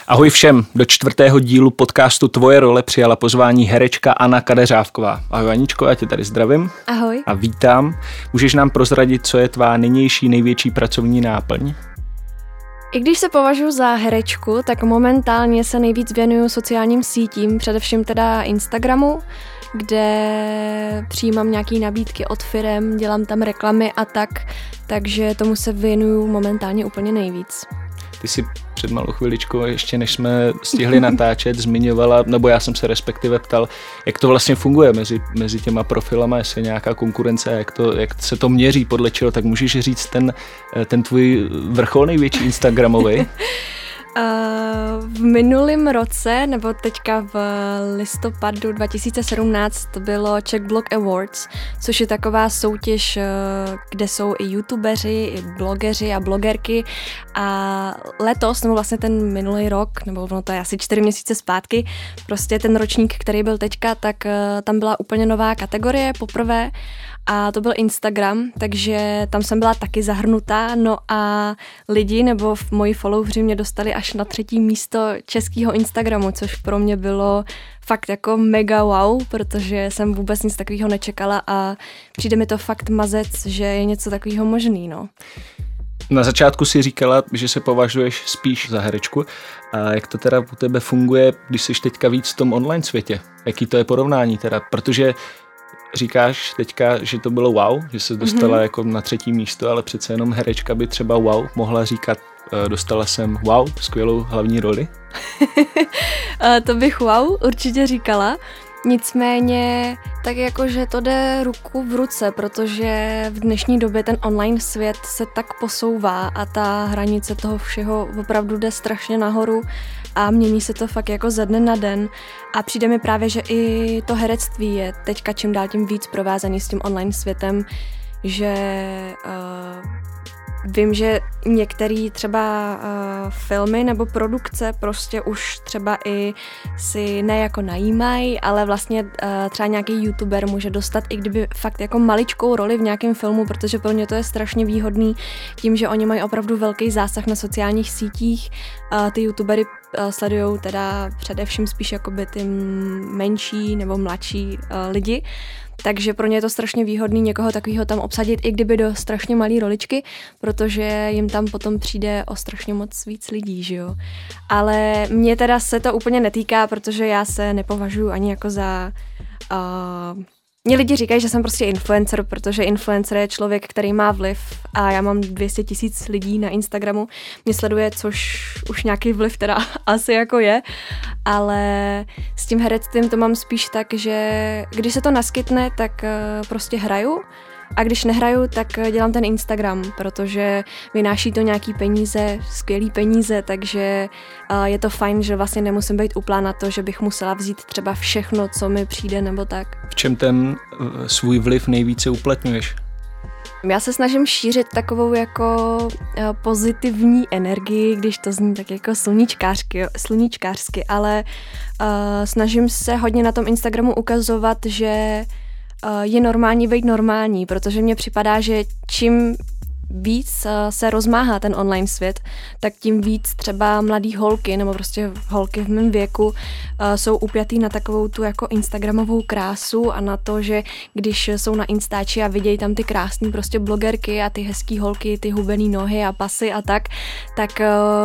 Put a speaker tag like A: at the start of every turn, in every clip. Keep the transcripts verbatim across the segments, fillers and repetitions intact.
A: Ahoj všem, do čtvrtého dílu podcastu Tvoje role přijala pozvání herečka Anna Kadeřávková. Ahoj Aničko, já tě tady zdravím.
B: Ahoj.
A: A vítám. Můžeš nám prozradit, co je tvá nynější největší pracovní náplň?
B: I když se považuji za herečku, tak momentálně se nejvíc věnuju sociálním sítím, především teda Instagramu, kde přijímám nějaké nabídky od firem, dělám tam reklamy a tak, takže tomu se věnuju momentálně úplně nejvíc.
A: Ty jsi před malou chviličkou, ještě než jsme stihli natáčet, zmiňovala, nebo já jsem se respektive ptal, jak to vlastně funguje mezi, mezi těma profilama, jestli je nějaká konkurence, jak, to, jak se to měří, podle čeho, tak můžeš říct ten, ten tvůj vrchol největší Instagramový?
B: Uh, v minulém roce, nebo teďka v listopadu dva tisíce sedmnáct, to bylo Czech Blog Awards, což je taková soutěž, kde jsou i youtubeři, i blogeři a blogerky. A letos, nebo vlastně ten minulý rok, nebo ono to je asi čtyři měsíce zpátky, prostě ten ročník, který byl teďka, tak tam byla úplně nová kategorie poprvé. A to byl Instagram, takže tam jsem byla taky zahrnutá, no a lidi nebo moji followři mě dostali až na třetí místo českého Instagramu, což pro mě bylo fakt jako mega wow, protože jsem vůbec nic takového nečekala a přijde mi to fakt mazec, že je něco takového možný, no.
A: Na začátku si říkala, že se považuješ spíš za herečku. A jak to teda u tebe funguje, když jsi teďka víc v tom online světě? Jaký to je porovnání teda? Protože říkáš teďka, že to bylo wow, že se dostala mm-hmm. jako na třetí místo, ale přece jenom herečka by třeba wow mohla říkat, dostala jsem wow, skvělou hlavní roli?
B: To bych wow určitě říkala. Nicméně tak jako, že to jde ruku v ruce, protože v dnešní době ten online svět se tak posouvá a ta hranice toho všeho opravdu jde strašně nahoru a mění se to fakt jako ze dne na den a přijde mi právě, že i to herectví je teďka čím dál tím víc provázaný s tím online světem, že uh, vím, že některé třeba uh, filmy nebo produkce prostě už třeba i si ne jako najímají, ale vlastně uh, třeba nějaký youtuber může dostat i kdyby fakt jako maličkou roli v nějakém filmu, protože pro ně to je strašně výhodný tím, že oni mají opravdu velký zásah na sociálních sítích. Uh, ty youtubery uh, sledujou teda především spíš jakoby ty menší nebo mladší uh, lidi. Takže pro ně je to strašně výhodný někoho takového tam obsadit, i kdyby do strašně malé roličky, protože jim tam potom přijde o strašně moc víc lidí, že jo. Ale mě teda se to úplně netýká, protože já se nepovažuji ani jako za... Uh, Mně lidi říkají, že jsem prostě influencer, protože influencer je člověk, který má vliv a já mám dvě stě tisíc lidí na Instagramu. Mě sleduje, což už nějaký vliv teda asi jako je, ale s tím herectvím to mám spíš tak, že když se to naskytne, tak uh, prostě hraju a když nehraju, tak dělám ten Instagram, protože vynáší to nějaký peníze, skvělý peníze, takže uh, je to fajn, že vlastně nemusím být uplá na to, že bych musela vzít třeba všechno, co mi přijde nebo tak.
A: V čem ten uh, svůj vliv nejvíce uplatňuješ?
B: Já se snažím šířit takovou jako uh, pozitivní energii, když to zní tak jako sluníčkářsky, sluníčkářsky, ale uh, snažím se hodně na tom Instagramu ukazovat, že je normální být normální, protože mně připadá, že čím víc se rozmáhá ten online svět, tak tím víc třeba mladý holky nebo prostě holky v mém věku jsou upjatý na takovou tu jako instagramovou krásu a na to, že když jsou na Instači a vidějí tam ty krásné prostě blogerky a ty hezký holky, ty hubený nohy a pasy a tak, tak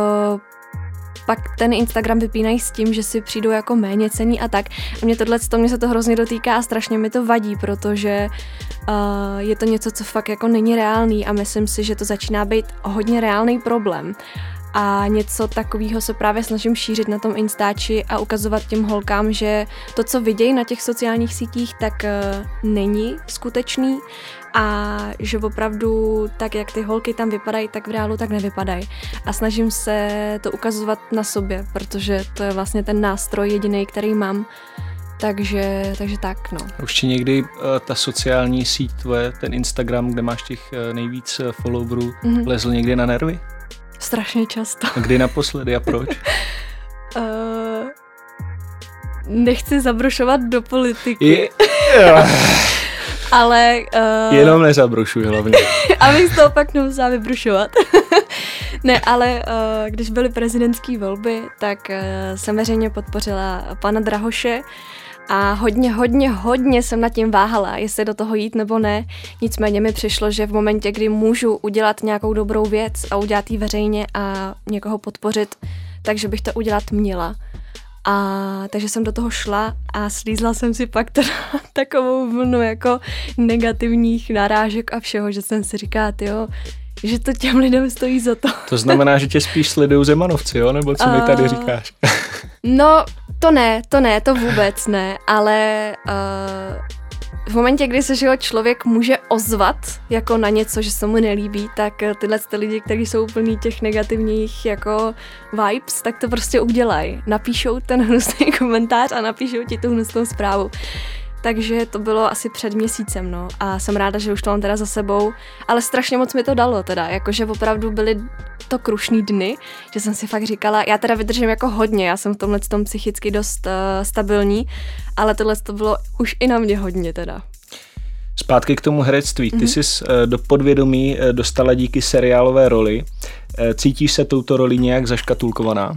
B: pak ten Instagram vypínají s tím, že si přijdou jako méně cenný a tak. A mě tohle, to mě se to hrozně dotýká a strašně mi to vadí, protože uh, je to něco, co fakt jako není reálný a myslím si, že to začíná být hodně reálný problém. A něco takového se právě snažím šířit na tom Instači a ukazovat těm holkám, že to, co vidějí na těch sociálních sítích, tak uh, není skutečný a že opravdu tak, jak ty holky tam vypadají, tak v reálu tak nevypadají. A snažím se to ukazovat na sobě, protože to je vlastně ten nástroj jediný, který mám. Takže, takže tak, no.
A: Už ti někdy uh, ta sociální síť tvoje, ten Instagram, kde máš těch uh, nejvíc uh, followerů, mm-hmm. lezl někdy na nervy?
B: Strašně často.
A: A kdy naposledy a proč?
B: uh, nechci zabrušovat do politiky.
A: Je,
B: ale... Uh,
A: Jenom nezabrušuj hlavně.
B: Abych z toho pak nemusela vybrušovat. Ne, ale uh, když byly prezidentské volby, tak uh, jsem veřejně podpořila pana Drahoše a hodně, hodně, hodně jsem nad tím váhala, jestli do toho jít nebo ne. Nicméně mi přišlo, že v momentě, kdy můžu udělat nějakou dobrou věc a udělat ji veřejně a někoho podpořit, takže bych to udělat měla. A takže jsem do toho šla a slízla jsem si pak teda takovou vlnu jako negativních narážek a všeho, že jsem si říkala, jo, že to těm lidem stojí za to.
A: To znamená, že tě spíš sledují Zemanovci, jo? Nebo co mi tady říkáš?
B: No, to ne, to ne, to vůbec ne, ale uh, v momentě, kdy se že člověk může ozvat jako na něco, že se mu nelíbí, tak tyhle ty lidi, kteří jsou plní těch negativních jako vibes, tak to prostě udělají. Napíšou ten hnusný komentář a napíšou ti tu hnusnou zprávu. Takže to bylo asi před měsícem, no. A jsem ráda, že už to mám teda za sebou, ale strašně moc mi to dalo teda, jakože opravdu byly to krušný dny, že jsem si fakt říkala, já teda vydržím jako hodně, já jsem v tomhle tom psychicky dost uh, stabilní, ale tohle to bylo už i na mě hodně teda.
A: Zpátky k tomu herectví. Ty mm-hmm. jsi uh, do podvědomí uh, dostala díky seriálové roli. Uh, cítíš se touto roli nějak zaškatulkovaná?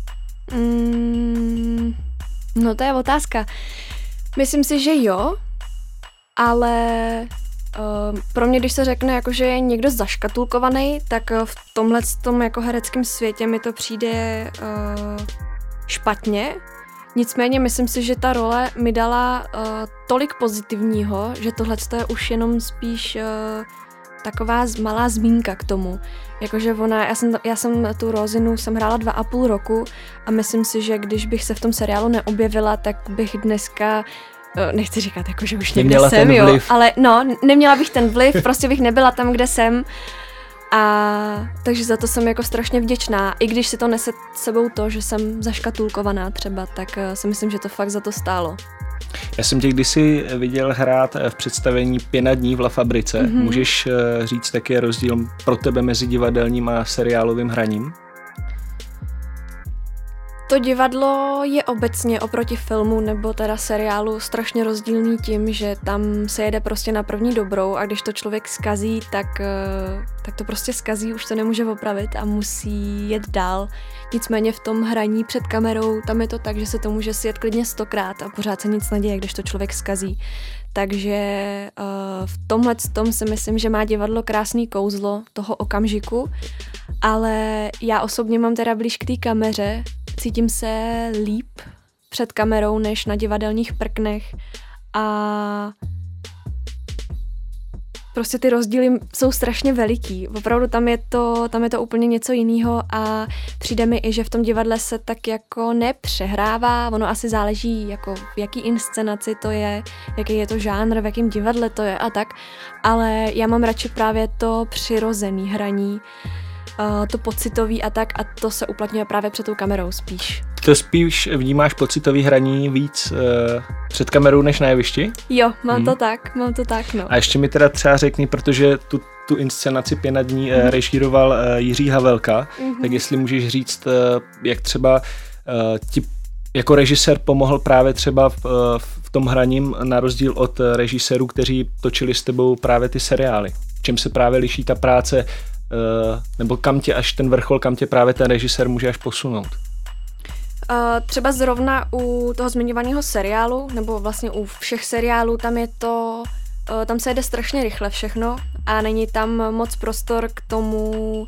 B: Mm, no to je otázka. Myslím si, že jo, ale uh, pro mě, když se řekne, jako, že je někdo zaškatulkovaný, tak v tomhle tom jako hereckém světě mi to přijde uh, špatně. Nicméně myslím si, že ta role mi dala uh, tolik pozitivního, že tohle je už jenom spíš uh, taková malá zmínka k tomu. Jakože ona, já jsem, já jsem tu Rozinu jsem hrála dva a půl roku a myslím si, že když bych se v tom seriálu neobjevila, tak bych dneska, nechci říkat, jako, že už někde jsem, jo, ale no, neměla bych ten vliv, prostě bych nebyla tam, kde jsem. A takže za to jsem jako strašně vděčná. I když si to nese sebou to, že jsem zaškatulkovaná třeba, tak si myslím, že to fakt za to stálo.
A: Já jsem tě kdysi viděl hrát v představení Pět na dní v La Fabrice. Mm-hmm. Můžeš říct, jaký je rozdíl pro tebe mezi divadelním a seriálovým hraním?
B: To divadlo je obecně oproti filmu nebo teda seriálu strašně rozdílný tím, že tam se jede prostě na první dobrou a když to člověk zkazí, tak, tak to prostě zkazí, už to nemůže opravit a musí jet dál. Nicméně v tom hraní před kamerou, tam je to tak, že se to může sjet klidně stokrát a pořád se nic neděje, když to člověk zkazí. Takže uh, v tomhle tom si myslím, že má divadlo krásný kouzlo toho okamžiku, ale já osobně mám teda blíž k té kameře, cítím se líp před kamerou než na divadelních prknech a prostě ty rozdíly jsou strašně veliký. Opravdu tam je to, tam je to úplně něco jiného a přijde mi i, že v tom divadle se tak jako nepřehrává. Ono asi záleží, jako v jaký inscenaci to je, jaký je to žánr, v jakém divadle to je a tak. Ale já mám radši právě to přirozený hraní, to pocitový a tak a to se uplatňuje právě před tou kamerou spíš.
A: To spíš vnímáš pocitový hraní víc uh, před kamerou než na jevišti?
B: Jo, mám hmm. to tak, mám to tak, no.
A: A ještě mi teda třeba řekni, protože tu, tu inscenaci Pět na dní hmm. uh, režíroval uh, Jiří Havelka, hmm. tak jestli můžeš říct, uh, jak třeba uh, ti jako režisér pomohl právě třeba v, uh, v tom hraním na rozdíl od uh, režisérů, kteří točili s tebou právě ty seriály. V čem se právě liší ta práce Uh, nebo kam tě až ten vrchol, kam tě právě ten režisér může až posunout?
B: Uh, třeba zrovna u toho zmiňovaného seriálu, nebo vlastně u všech seriálů, tam je to, uh, tam se jede strašně rychle všechno a není tam moc prostor k tomu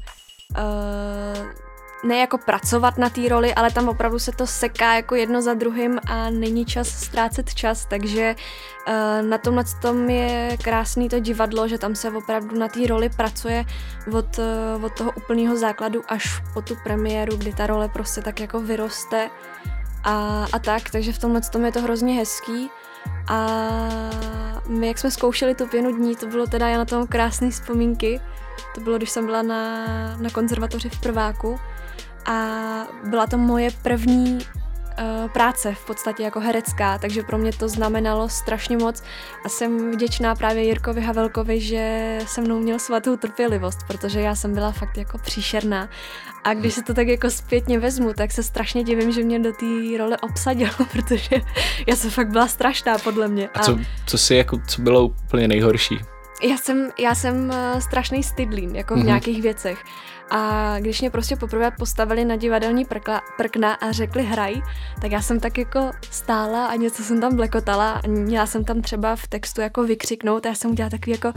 B: uh, ne jako pracovat na té roli, ale tam opravdu se to seká jako jedno za druhým a není čas ztrácet čas, takže uh, na tomhle tom je krásný to divadlo, že tam se opravdu na té roli pracuje od, uh, od toho úplného základu až po tu premiéru, kdy ta role prostě tak jako vyroste a, a tak, takže v tomhle tom je to hrozně hezký. A my, jak jsme zkoušeli tu Pěnu dní, to bylo teda, já na tom krásné vzpomínky, to bylo, když jsem byla na, na konzervatoři v prváku. A byla to moje první uh, práce v podstatě jako herecká, takže pro mě to znamenalo strašně moc a jsem vděčná právě Jirkovi Havelkovi, že se mnou měl svatou trpělivost, protože já jsem byla fakt jako příšerná a když se to tak jako zpětně vezmu, tak se strašně divím, že mě do té role obsadil, protože já jsem fakt byla strašná podle mě.
A: A co, co si jako, co bylo úplně nejhorší?
B: Já jsem, já jsem uh, strašný stydlín, jako v mm-hmm. nějakých věcech. A když mě prostě poprvé postavili na divadelní prkla, prkna a řekli hraj, tak já jsem tak jako stála a něco jsem tam blekotala a měla jsem tam třeba v textu jako vykřiknout a já jsem udělala takový jako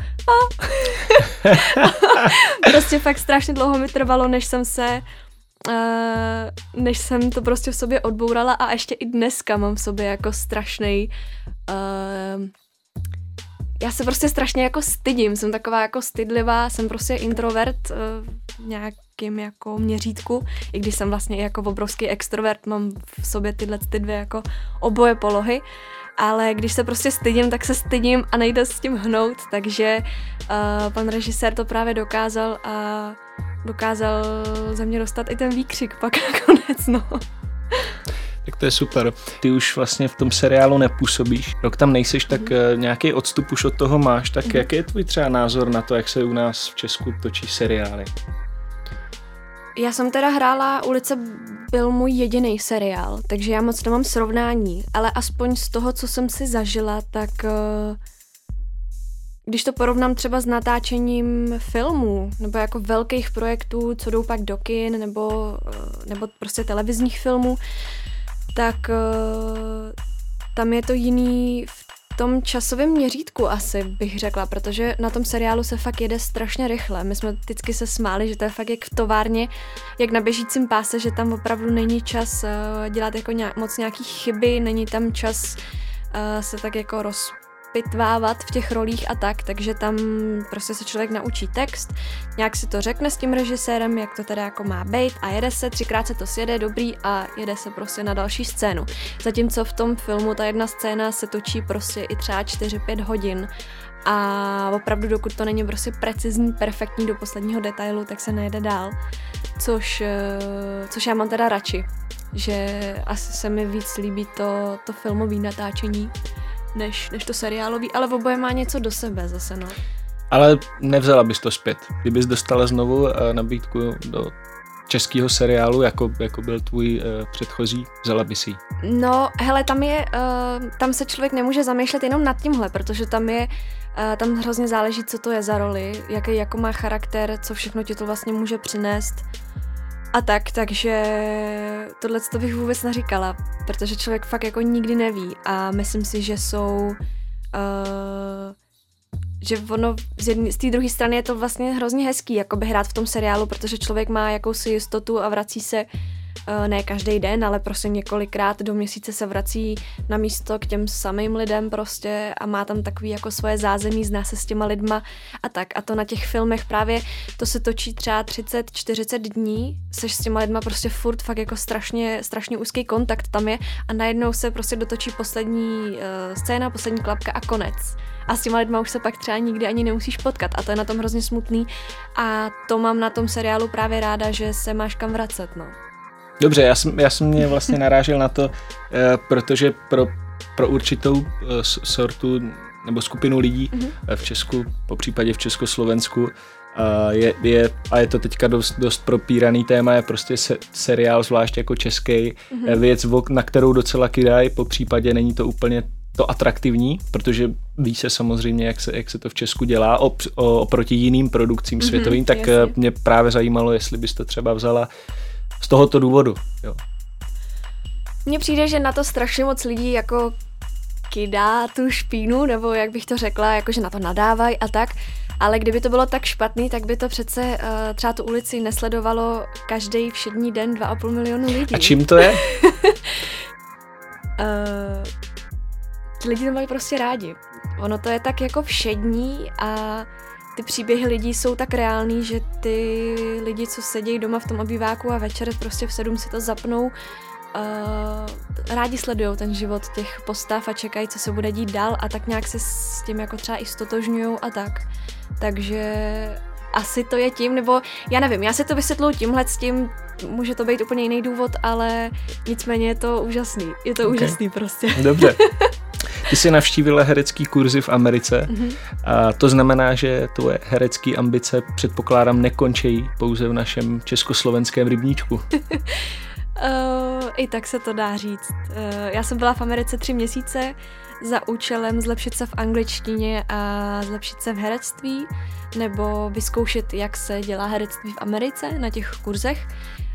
B: prostě fakt strašně dlouho mi trvalo, než jsem se Uh, než jsem to prostě v sobě odbourala a ještě i dneska mám v sobě jako strašnej uh, já se prostě strašně jako stydím, jsem taková jako stydlivá, jsem prostě introvert uh, v nějakým jako měřítku, i když jsem vlastně jako obrovský extrovert, mám v sobě tyhle ty dvě jako oboje polohy, ale když se prostě stydím, tak se stydím a nejde s tím hnout, takže uh, pan režisér to právě dokázal a dokázal ze mě dostat i ten výkřik pak nakonec, no.
A: Tak to je super. Ty už vlastně v tom seriálu nepůsobíš, rok tam nejseš, tak mm. nějaký odstup už od toho máš, tak mm. jaký je tvůj třeba názor na to, jak se u nás v Česku točí seriály?
B: Já jsem teda hrála Ulice byl můj jediný seriál, takže já moc nemám srovnání, ale aspoň z toho, co jsem si zažila, tak když to porovnám třeba s natáčením filmů nebo jako velkých projektů, co jdou pak do kin nebo, nebo prostě televizních filmů, tak tam je to jiný v tom časovém měřítku asi, bych řekla, protože na tom seriálu se fakt jede strašně rychle. My jsme vždycky se smáli, že to je fakt jak v továrně, jak na běžícím páse, že tam opravdu není čas dělat jako nějak, moc nějaký chyby, není tam čas se tak jako roz pitvávat v těch rolích a tak, takže tam prostě se člověk naučí text, nějak si to řekne s tím režisérem, jak to teda jako má být a jede se, třikrát se to sjede, dobrý a jede se prostě na další scénu. Zatímco v tom filmu ta jedna scéna se točí prostě i třeba čtyři pět hodin a opravdu dokud to není prostě precizní, perfektní do posledního detailu, tak se nejde dál, což, což já mám teda radši, že asi se mi víc líbí to, to filmové natáčení, Než, než to seriálový, ale v oboje má něco do sebe zase, no.
A: Ale nevzala bys to zpět. Kdybys dostala znovu nabídku do českého seriálu, jako, jako byl tvůj uh, předchozí, vzala bys ji?
B: No, hele, tam je, uh, tam se člověk nemůže zamýšlet jenom nad tímhle, protože tam je, uh, tam hrozně záleží, co to je za roli, jaký jako má charakter, co všechno ti to vlastně může přinést. A tak, takže tohle to bych vůbec neříkala, protože člověk fakt jako nikdy neví a myslím si, že jsou, uh, že ono z, z té druhé strany je to vlastně hrozně hezký, jakoby hrát v tom seriálu, protože člověk má jakousi jistotu a vrací se uh, ne každý den, ale prostě několikrát do měsíce se vrací na místo k těm samým lidem prostě a má tam takový jako svoje zázemí, zná se s těma lidma a tak. A to na těch filmech právě, to se točí třeba třicet čtyřicet dní, seš s těma lidma prostě furt fakt jako strašně, strašně úzký kontakt tam je a najednou se prostě dotočí poslední uh, scéna, poslední klapka a konec. A s těma lidma už se pak třeba nikdy ani nemusíš potkat a to je na tom hrozně smutný a to mám na tom seriálu právě ráda, že se máš kam vracet, no.
A: Dobře, já jsem, já jsem mě vlastně narážel na to, eh, protože pro, pro určitou eh, sortu nebo skupinu lidí mm-hmm. v Česku, po případě v Československu, eh, je, je, a je to teďka dost, dost propíraný téma, je prostě se, seriál, zvlášť jako český, mm-hmm. věc, na kterou docela kydají, po případě není to úplně to atraktivní, protože ví se samozřejmě, jak se, jak se to v Česku dělá op, o, oproti jiným produkcím mm-hmm, světovým, tak jasně. Mě právě zajímalo, jestli bys to třeba vzala z tohoto důvodu. Jo.
B: Mně přijde, že na to strašně moc lidí jako kydá tu špínu, nebo jak bych to řekla, jakože na to nadávají a tak, ale kdyby to bylo tak špatný, tak by to přece uh, třeba tu ulici nesledovalo každý všední den dva a půl milionu lidí.
A: A čím to je? uh,
B: lidi to mají prostě rádi. Ono to je tak jako všední a ty příběhy lidí jsou tak reální, že ty lidi, co sedí doma v tom obýváku a večer prostě v sedm si to zapnou, uh, rádi sledujou ten život těch postav a čekají, co se bude dít dál a tak nějak se s tím jako třeba i stotožňujou a tak. Takže asi to je tím, nebo já nevím, já si to vysvětluji tímhle s tím, může to být úplně jiný důvod, ale nicméně je to úžasný. Je to okay. úžasný prostě.
A: Dobře. Ty jsi navštívila herecký kurzy v Americe mm-hmm. a to znamená, že tvoje herecké ambice, předpokládám, nekončí pouze v našem československém rybníčku.
B: uh, I tak se to dá říct. Uh, já jsem byla v Americe tři měsíce, za účelem zlepšit se v angličtině a zlepšit se v herectví, nebo vyzkoušet, jak se dělá herectví v Americe na těch kurzech.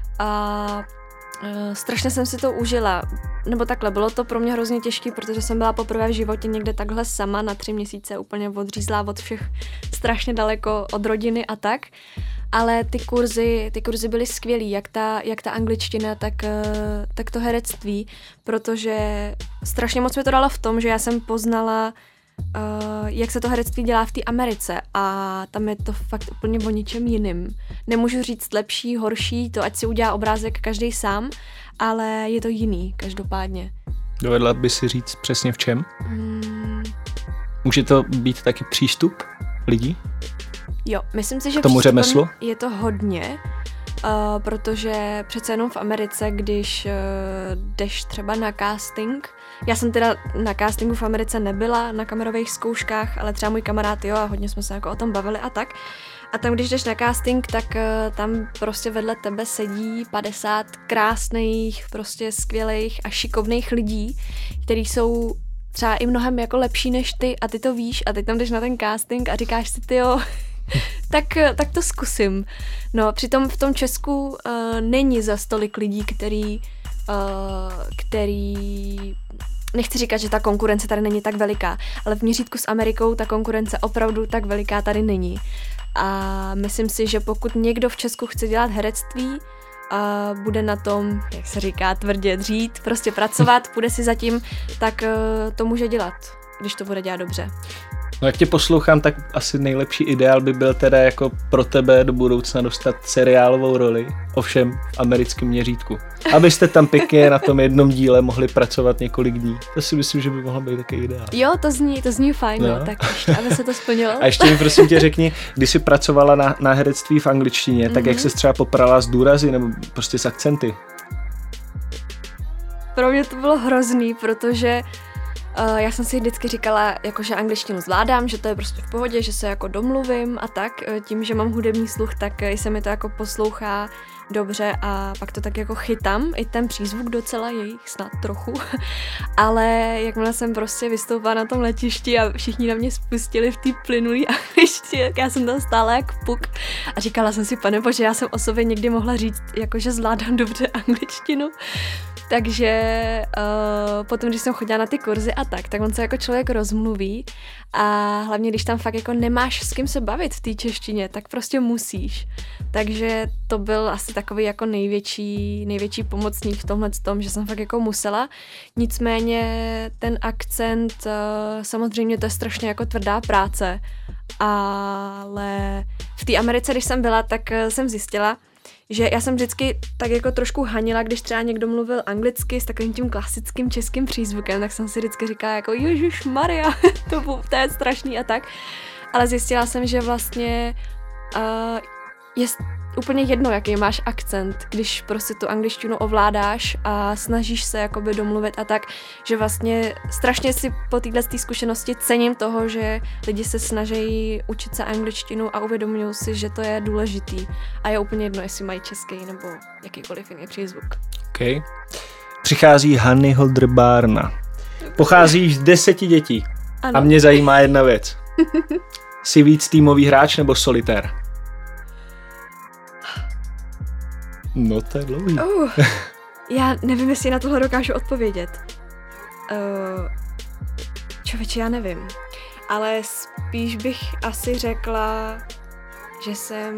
B: A Uh, strašně jsem si to užila, nebo takhle, bylo to pro mě hrozně těžké, protože jsem byla poprvé v životě někde takhle sama na tři měsíce, úplně odřízlá od všech, strašně daleko od rodiny a tak, ale ty kurzy, ty kurzy byly skvělý, jak ta, jak ta angličtina, tak, uh, tak to herectví, protože strašně moc mi to dalo v tom, že já jsem poznala, Uh, jak se to herectví dělá v té Americe a tam je to fakt úplně o ničem jiným. Nemůžu říct lepší, horší, to ať si udělá obrázek každý sám, ale je to jiný každopádně.
A: Dovedla by si říct přesně v čem?
B: Hmm.
A: Může to být taky přístup lidí?
B: Jo, myslím si, že
A: tomu řemeslu
B: je to hodně, uh, protože přece jenom v Americe, když uh, jdeš třeba na casting, já jsem teda na castingu v Americe nebyla, na kamerových zkouškách, ale třeba můj kamarád jo a hodně jsme se jako o tom bavili a tak. A tam, když jdeš na casting, tak uh, tam prostě vedle tebe sedí padesát krásných, prostě skvělých a šikovných lidí, kteří jsou třeba i mnohem jako lepší než ty a ty to víš a ty tam jdeš na ten casting a říkáš si ty jo, tak, tak to zkusím. No, přitom v tom Česku uh, není za stolik lidí, který, uh, který, nechci říkat, že ta konkurence tady není tak veliká, ale v měřítku s Amerikou ta konkurence opravdu tak veliká tady není. A myslím si, že pokud někdo v Česku chce dělat herectví, a bude na tom, jak se říká, tvrdě dřít, prostě pracovat, půjde si zatím, tak uh, to může dělat, když to bude dělat dobře.
A: No jak tě poslouchám, tak asi nejlepší ideál by byl teda jako pro tebe do budoucna dostat seriálovou roli, ovšem v americkém měřítku. Abyste tam pěkně na tom jednom díle mohli pracovat několik dní. To si myslím, že by mohla být taky ideál.
B: Jo, to zní, to zní fajn, no. No, tak ještě, aby se to splnilo.
A: A ještě mi prosím tě řekni, když jsi pracovala na, na herectví v angličtině, mm-hmm. tak jak ses třeba poprala s důrazy nebo prostě s akcenty?
B: Pro mě to bylo hrozný, protože Uh, já jsem si vždycky říkala, jako, že angličtinu zvládám, že to je prostě v pohodě, že se jako domluvím a tak. Tím, že mám hudební sluch, tak se mi to jako poslouchá dobře a pak to tak jako chytám. I ten přízvuk docela, je jich snad trochu. Ale jakmile jsem prostě vystoupila na tom letišti a všichni na mě spustili v té plynulý angličtině, já jsem tam stála jak puk a říkala jsem si, pane bože, já jsem o sobě někdy mohla říct, jako, že zvládám dobře angličtinu. Takže uh, potom, když jsem chodila na ty kurzy a tak, tak on se jako člověk rozmluví a hlavně, když tam fakt jako nemáš s kým se bavit v té češtině, tak prostě musíš. Takže to byl asi takový jako největší, největší pomocník v tomhle tom, že jsem fakt jako musela. Nicméně ten akcent, uh, samozřejmě to je strašně jako tvrdá práce, ale v té Americe, když jsem byla, tak uh, jsem zjistila, že já jsem vždycky tak jako trošku hanila, když třeba někdo mluvil anglicky s takovým tím klasickým českým přízvukem, tak jsem si vždycky říkala jako ježišmarja, to, to je strašný a tak. Ale zjistila jsem, že vlastně uh, je úplně jedno, jaký máš akcent, když prostě tu angličtinu ovládáš a snažíš se jakoby domluvit a tak, že vlastně strašně si po této zkušenosti cením toho, že lidi se snaží učit se angličtinu a uvědomují si, že to je důležitý a je úplně jedno, jestli mají český nebo jakýkoliv jiný přízvuk.
A: OK. Přichází Hanny Holdr-Bárna. Pocházíš z deseti dětí. Ano. A mě zajímá jedna věc. Jsi víc týmový hráč nebo solitér? No to je dlouhý.
B: Uh, já nevím, jestli na tohle dokážu odpovědět. Uh, člověče, já nevím. Ale spíš bych asi řekla, že jsem...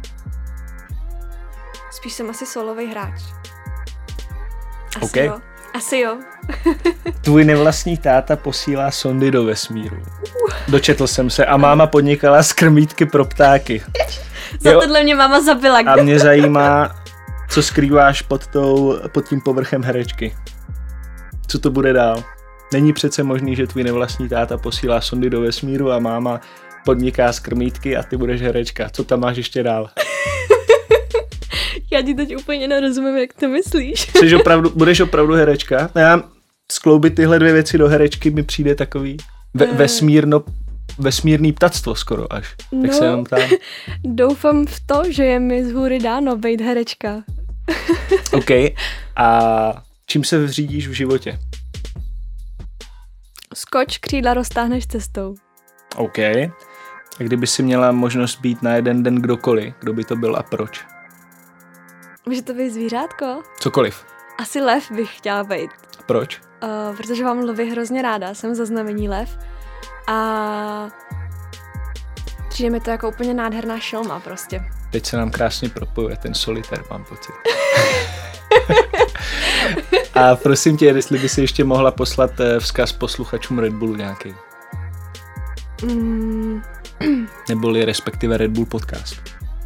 B: Spíš jsem asi solový hráč. Asi
A: okay.
B: jo. Asi jo.
A: Tvůj nevlastní táta posílá sondy do vesmíru. Uh. Dočetl jsem se a máma podnikala skrmítky pro ptáky.
B: Za jo. Tohle mě máma zabila.
A: A mě zajímá, co skrýváš pod, tou, pod tím povrchem herečky. Co to bude dál? Není přece možný, že tvůj nevlastní táta posílá sondy do vesmíru a máma podniká skrmítky a ty budeš herečka. Co tam máš ještě dál?
B: Já ti teď úplně nerozumím, jak to myslíš.
A: Jsi opravdu, budeš opravdu herečka? Já skloubit tyhle dvě věci do herečky mi přijde takový ve, vesmírno, vesmírný ptactvo skoro až. Tak
B: no,
A: se jenom tam.
B: Doufám v to, že je mi z hůry dáno být herečka.
A: OK. A čím se vřídíš v životě?
B: Skoč, křídla roztáhneš cestou.
A: OK. A kdyby si měla možnost být na jeden den kdokoliv, kdo by to byl a proč?
B: Může to být zvířátko?
A: Cokoliv.
B: Asi lev bych chtěla být.
A: Proč?
B: Uh, protože mám lvy hrozně ráda, jsem za znamení lev. A přijde mi to jako úplně nádherná šelma prostě.
A: Teď se nám krásně propojuje ten solitér, mám pocit. A prosím tě, jestli by si ještě mohla poslat vzkaz posluchačům Red Bullu nějaký.
B: Mm.
A: Neboli respektive Red Bull podcast.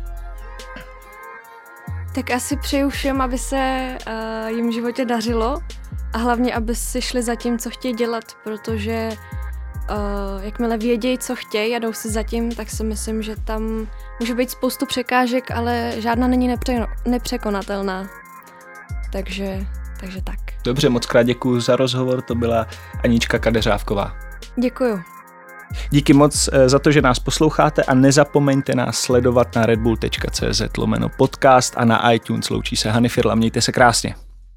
B: Tak asi přeju všem, aby se uh, jim v životě dařilo a hlavně, aby si šli za tím, co chtějí dělat, protože uh, jakmile vědějí, co chtějí a jdou si za tím, tak si myslím, že tam může být spoustu překážek, ale žádná není nepře- nepřekonatelná. Takže, takže tak.
A: Dobře, moc krát děkuju za rozhovor, to byla Anička Kadeřávková.
B: Děkuju.
A: Díky moc za to, že nás posloucháte a nezapomeňte nás sledovat na redbull tečka cz lomeno podcast a na iTunes. Loučí se Hany Firla, mějte se krásně.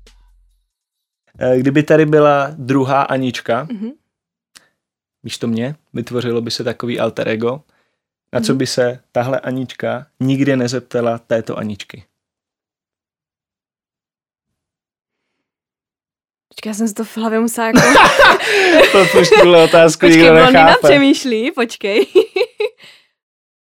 A: Kdyby tady byla druhá Anička, mm-hmm. místo mě, vytvořilo by se takový alter ego, na co mm-hmm. by se tahle Anička nikdy nezeptala této Aničky.
B: Počkej, já jsem si to v hlavě musela jako...
A: Podpoř tuhle otázku,
B: počkej,
A: nikdo nechápe.
B: Blondýna přemýšlí, počkej.